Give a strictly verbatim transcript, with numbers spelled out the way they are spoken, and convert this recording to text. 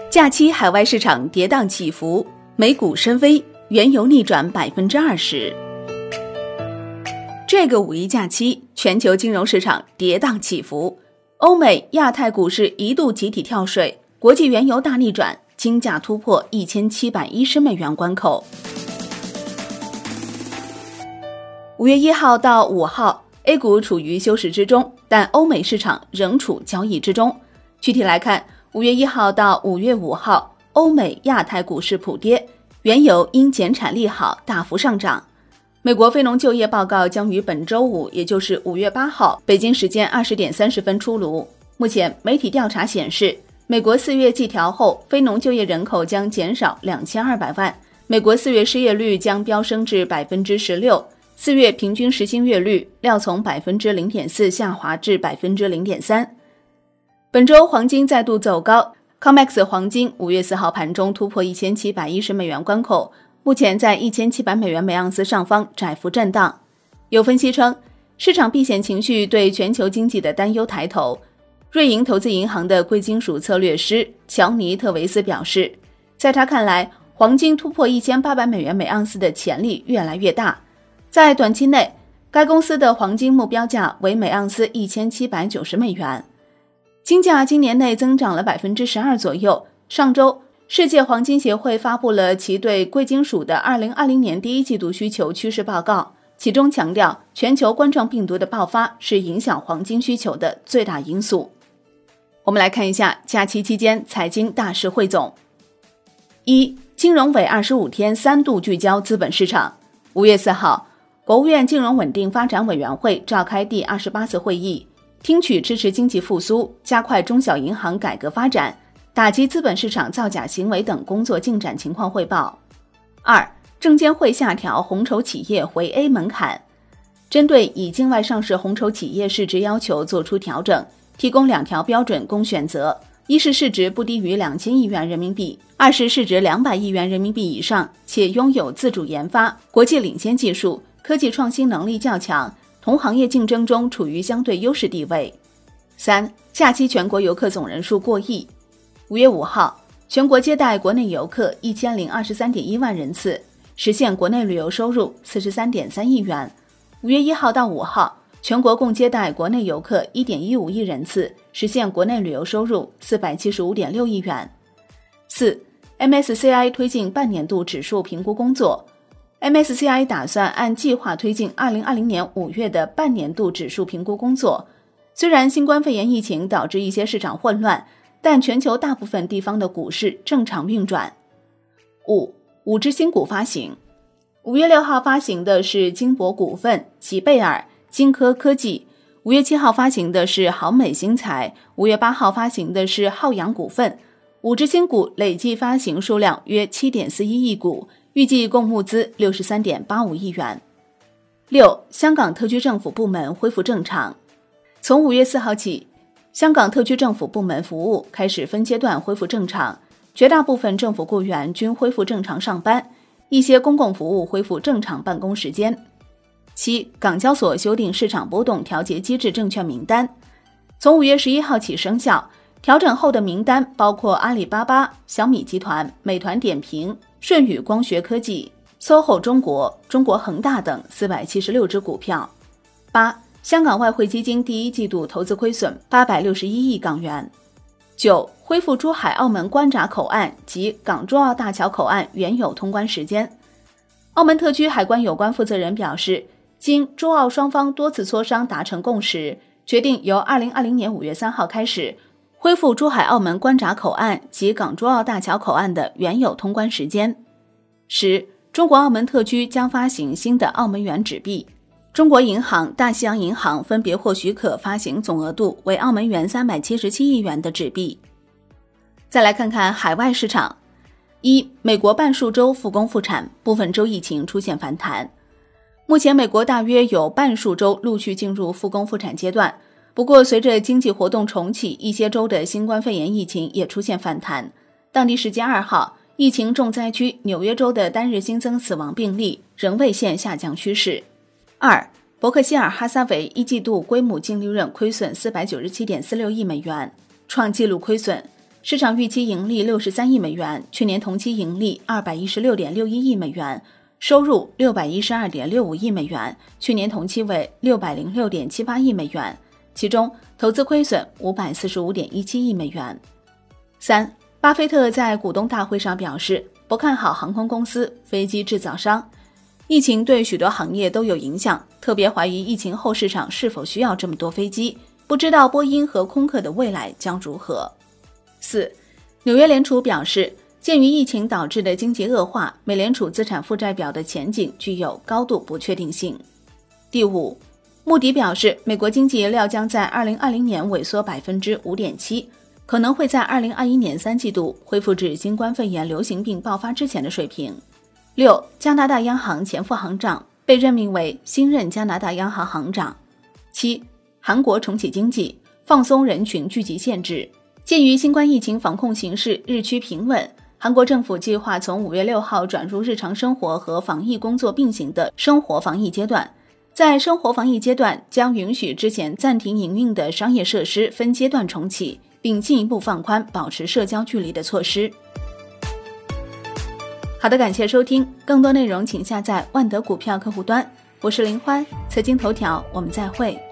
假期海外市场跌宕起伏，美股深 V， 原油逆转 百分之二十。 这个五一假期，全球金融市场跌宕起伏，欧美、亚太股市一度集体跳水，国际原油大逆转，金价突破一千七百一十美元关口。五月一号到五号 A 股处于休市之中，但欧美市场仍处交易之中。具体来看，五月一号到五月五号，欧美、亚太股市普跌，原油因减产利好大幅上涨。美国非农就业报告将于本周五，也就是五月八号北京时间二十点三十分出炉。目前媒体调查显示，美国四月季调后非农就业人口将减少两千二百万，美国四月失业率将飙升至 百分之十六， 四月平均时薪月率料从 百分之零点四 下滑至 百分之零点三。 本周黄金再度走高， C O M E X 黄金五月四号盘中突破一千七百一十美元关口，目前在一千七百美元每盎司上方窄幅震荡。有分析称，市场避险情绪对全球经济的担忧抬头。瑞银投资银行的贵金属策略师乔尼特维斯表示，在他看来，黄金突破一千八百美元每盎司的潜力越来越大。在短期内，该公司的黄金目标价为每盎司一千七百九十美元。金价今年内增长了 百分之十二 左右。上周，世界黄金协会发布了其对贵金属的二零二零年第一季度需求趋势报告，其中强调全球冠状病毒的爆发是影响黄金需求的最大因素。我们来看一下假期期间财经大事汇总。一、金融委二十五天三度聚焦资本市场。五月四号，国务院金融稳定发展委员会召开第二十八次会议，听取支持经济复苏、加快中小银行改革发展、打击资本市场造假行为等工作进展情况汇报。二、证监会下调红筹企业回 A 门槛，针对以境外上市红筹企业市值要求作出调整，提供两条标准供选择：一是市值不低于两千亿元人民币，二是市值两百亿元人民币以上，且拥有自主研发、国际领先技术、科技创新能力较强，同行业竞争中处于相对优势地位。三、假期全国游客总人数过亿。五月五号，全国接待国内游客一千零二十三点一万人次，实现国内旅游收入四十三点三亿元。五月一号到五号，全国共接待国内游客一点一五亿人次，实现国内旅游收入四百七十五点六亿元。四、M S C I 推进半年度指数评估工作。M S C I 打算按计划推进二零二零年五月的半年度指数评估工作。虽然新冠肺炎疫情导致一些市场混乱，但全球大部分地方的股市正常运转。五、五只新股发行。五月六号发行的是金博股份、吉贝尔、金科科技。五月七号发行的是豪美新材，五月八号发行的是浩洋股份。五只新股累计发行数量约 七点四一亿股，预计共募资 六十三点八五亿元。六、香港特区政府部门恢复正常。从五月四号起，香港特区政府部门服务开始分阶段恢复正常，绝大部分政府雇员均恢复正常上班，一些公共服务恢复正常办公时间。七、港交所修订市场波动调节机制证券名单，从五月十一号起生效。调整后的名单包括阿里巴巴、小米集团、美团点评、舜宇光学科技、S O H O 中国、中国恒大等四百七十六只股票。八、香港外汇基金第一季度投资亏损八百六十一亿港元。九、恢复珠海澳门关闸口岸及港珠澳大桥口岸原有通关时间。澳门特区海关有关负责人表示，经珠澳双方多次磋商达成共识，决定由二零二零年五月三号开始恢复珠海澳门关闸口岸及港珠澳大桥口岸的原有通关时间。十、中国澳门特区将发行新的澳门元纸币，中国银行、大西洋银行分别获许可发行总额度为澳门元三百七十七亿元的纸币。再来看看海外市场。一、美国半数州复工复产，部分州疫情出现反弹。目前美国大约有半数州陆续进入复工复产阶段，不过随着经济活动重启，一些州的新冠肺炎疫情也出现反弹。当地时间二号，疫情重灾区纽约州的单日新增死亡病例仍未现下降趋势。二、伯克希尔哈撒韦一季度规模净利润亏损 四百九十七点四六亿美元，创纪录亏损。 市场预期盈利六十三亿美元，去年同期盈利二百一十六点六一亿美元，收入六百一十二点六五亿美元，去年同期为六百零六点七八亿美元，其中投资亏损五百四十五点一七亿美元。三，巴菲特在股东大会上表示，不看好航空公司、飞机制造商。疫情对许多行业都有影响，特别怀疑疫情后市场是否需要这么多飞机，不知道波音和空客的未来将如何。四，纽约联储表示，鉴于疫情导致的经济恶化，美联储资产负债表的前景具有高度不确定性。第五，穆迪表示，美国经济料将在二零二零年萎缩 百分之五点七， 可能会在二零二一年三季度恢复至新冠肺炎流行病爆发之前的水平。六，加拿大央行前副行长被任命为新任加拿大央行行长。七，韩国重启经济，放松人群聚集限制。鉴于新冠疫情防控形势日趋平稳，韩国政府计划从五月六号转入日常生活和防疫工作并行的生活防疫阶段。在生活防疫阶段，将允许之前暂停营运的商业设施分阶段重启，并进一步放宽保持社交距离的措施。好的，感谢收听，更多内容请下载万德股票客户端。我是林欢，财经头条，我们再会。